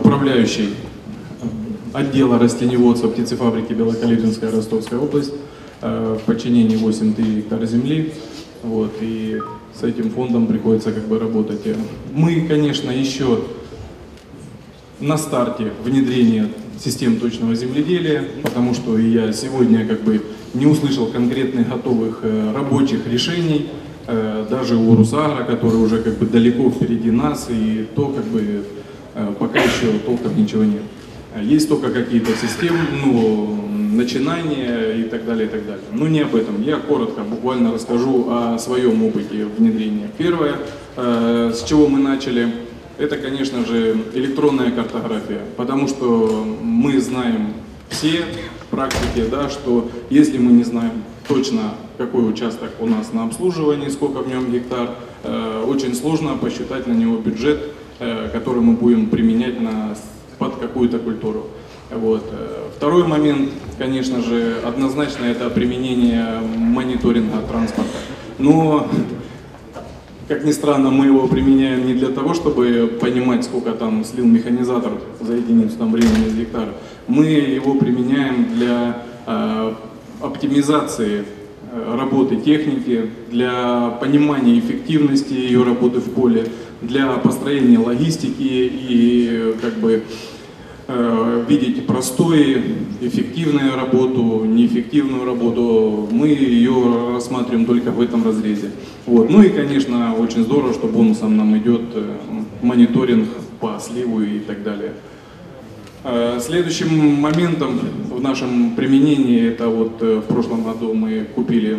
управляющий отдела растениеводства птицефабрики Белокалитвинская, Ростовская область, в подчинении 8 гектар земли. Вот, и с этим фондом приходится как бы работать. Мы, конечно, еще на старте внедрения систем точного земледелия, потому что я сегодня как бы не услышал конкретных готовых рабочих решений, даже у Русагро, который уже как бы далеко впереди нас, и то как бы пока еще толком ничего нет. Есть только какие-то системы, начинания и так далее, и так далее. Но не об этом. Я коротко, буквально расскажу о своем опыте внедрения. Первое, с чего мы начали, это, конечно же, электронная картография, потому что мы знаем все практики, да, что если мы не знаем точно, какой участок у нас на обслуживании, сколько в нем гектар, очень сложно посчитать на него бюджет, который мы будем применять под какую-то культуру. Вот. Второй момент, конечно же, однозначно это применение мониторинга транспорта. Но, как ни странно, мы его применяем не для того, чтобы понимать, сколько там слил механизатор за единицу времени из гектара. Мы его применяем для оптимизации работы техники, для понимания эффективности ее работы в поле, для построения логистики и как бы видеть простую, эффективную работу, неэффективную работу. Мы ее рассматриваем только в этом разрезе. Вот. Ну и, конечно, очень здорово, что бонусом нам идет мониторинг по сливу и так далее. Следующим моментом в нашем применении, это вот в прошлом году мы купили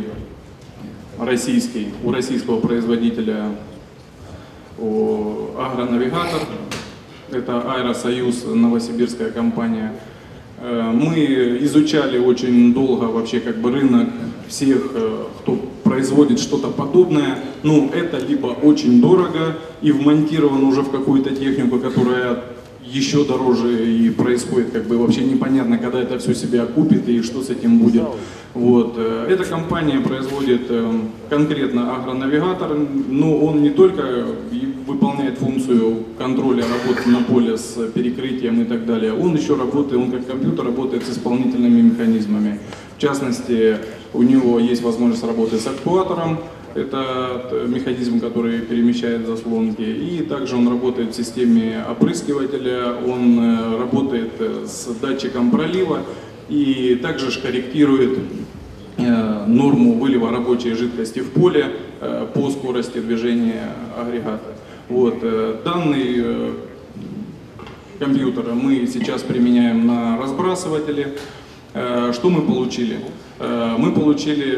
у российского производителя агронавигатор, это Аэросоюз, новосибирская компания. Мы изучали очень долго вообще как бы рынок всех, кто производит что-то подобное. Ну, это либо очень дорого и вмонтирован уже в какую-то технику, которая еще дороже, и происходит как бы вообще непонятно, когда это все себя окупит и что с этим будет. Вот. Эта компания производит конкретно агронавигатор, но он не только выполняет функцию контроля работы на поле с перекрытием и так далее, он еще работает, он как компьютер работает с исполнительными механизмами. В частности, у него есть возможность работать с актуатором, это механизм, который перемещает заслонки, и также он работает в системе опрыскивателя, он работает с датчиком пролива и также корректирует норму вылива рабочей жидкости в поле по скорости движения агрегата. Вот. Данный компьютер мы сейчас применяем на разбрасывателе. Что мы получили? Мы получили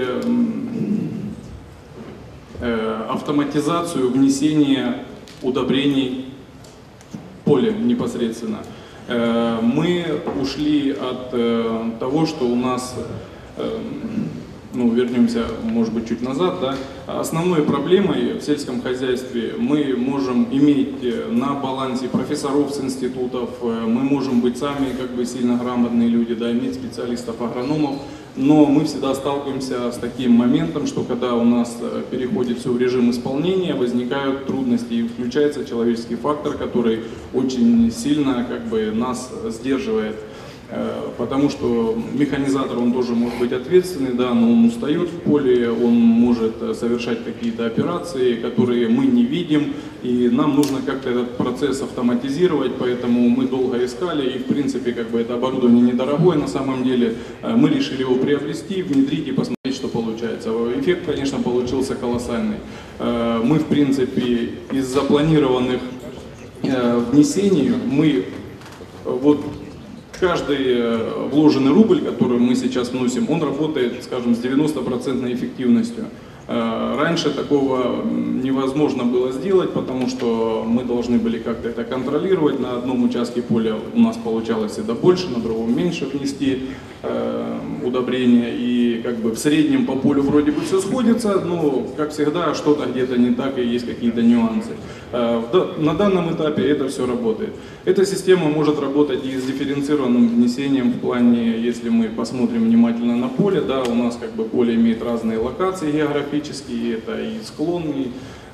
автоматизацию внесения удобрений в поле непосредственно. Мы ушли от того, что у нас, вернемся, может быть, чуть назад, да, основной проблемой в сельском хозяйстве мы можем иметь на балансе профессоров с институтов, мы можем быть сами как бы сильно грамотные люди, да, иметь специалистов, агрономов, но мы всегда сталкиваемся с таким моментом, что когда у нас переходит все в режим исполнения, возникают трудности и включается человеческий фактор, который очень сильно как бы нас сдерживает. Потому что механизатор, он тоже может быть ответственный, да, но он устает в поле, он может совершать какие-то операции, которые мы не видим, и нам нужно как-то этот процесс автоматизировать, поэтому мы долго искали, и в принципе как бы это оборудование недорогое на самом деле, мы решили его приобрести, внедрить и посмотреть, что получается. Эффект, конечно, получился колоссальный. Мы в принципе из запланированных внесений, каждый вложенный рубль, который мы сейчас вносим, он работает, скажем, с 90% эффективностью. Раньше такого невозможно было сделать, потому что мы должны были как-то это контролировать. На одном участке поля у нас получалось всегда больше, на другом меньше внести удобрения. И как бы в среднем по полю вроде бы все сходится, но, как всегда, что-то где-то не так и есть какие-то нюансы. На данном этапе это все работает. Эта система может работать и с дифференцированным внесением в плане, если мы посмотрим внимательно на поле, да, у нас как бы поле имеет разные локации географические, это и склонные,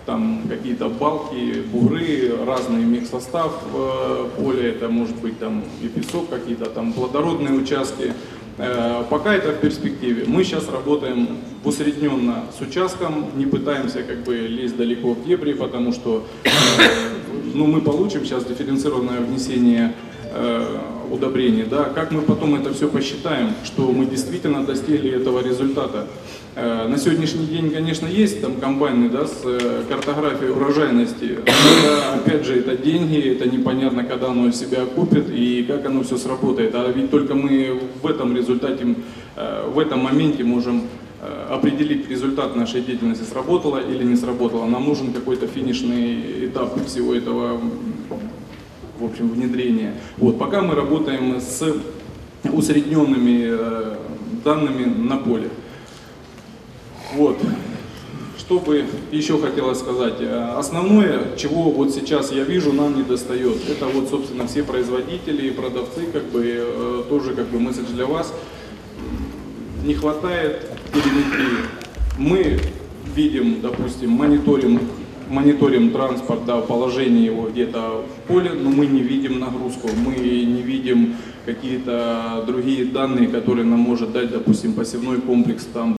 там какие-то балки, бугры, разный миксостав поля, это может быть там и песок, какие-то там плодородные участки. Пока это в перспективе. Мы сейчас работаем усредненно с участком, не пытаемся как бы лезть далеко в дебри, потому что мы получим сейчас дифференцированное внесение удобрений. Да? Как мы потом это все посчитаем, что мы действительно достигли этого результата? На сегодняшний день, конечно, есть там комбайны, да, с картографией урожайности, но опять же это деньги, это непонятно, когда оно себя окупит и как оно все сработает. А ведь только мы в этом результате, в этом моменте можем определить результат нашей деятельности, сработало или не сработало. Нам нужен какой-то финишный этап всего этого, в общем, внедрения. Вот, пока мы работаем с усредненными данными на поле. Вот. Что бы еще хотелось сказать. Основное, чего вот сейчас я вижу, нам не достает, это вот, собственно, все производители и продавцы, как бы, тоже как бы месседж для вас. Не хватает телеметрии. Мы видим, допустим, мониторим транспорт, да, положение его где-то в поле, но мы не видим нагрузку, мы не видим какие-то другие данные, которые нам может дать, допустим, посевной комплекс там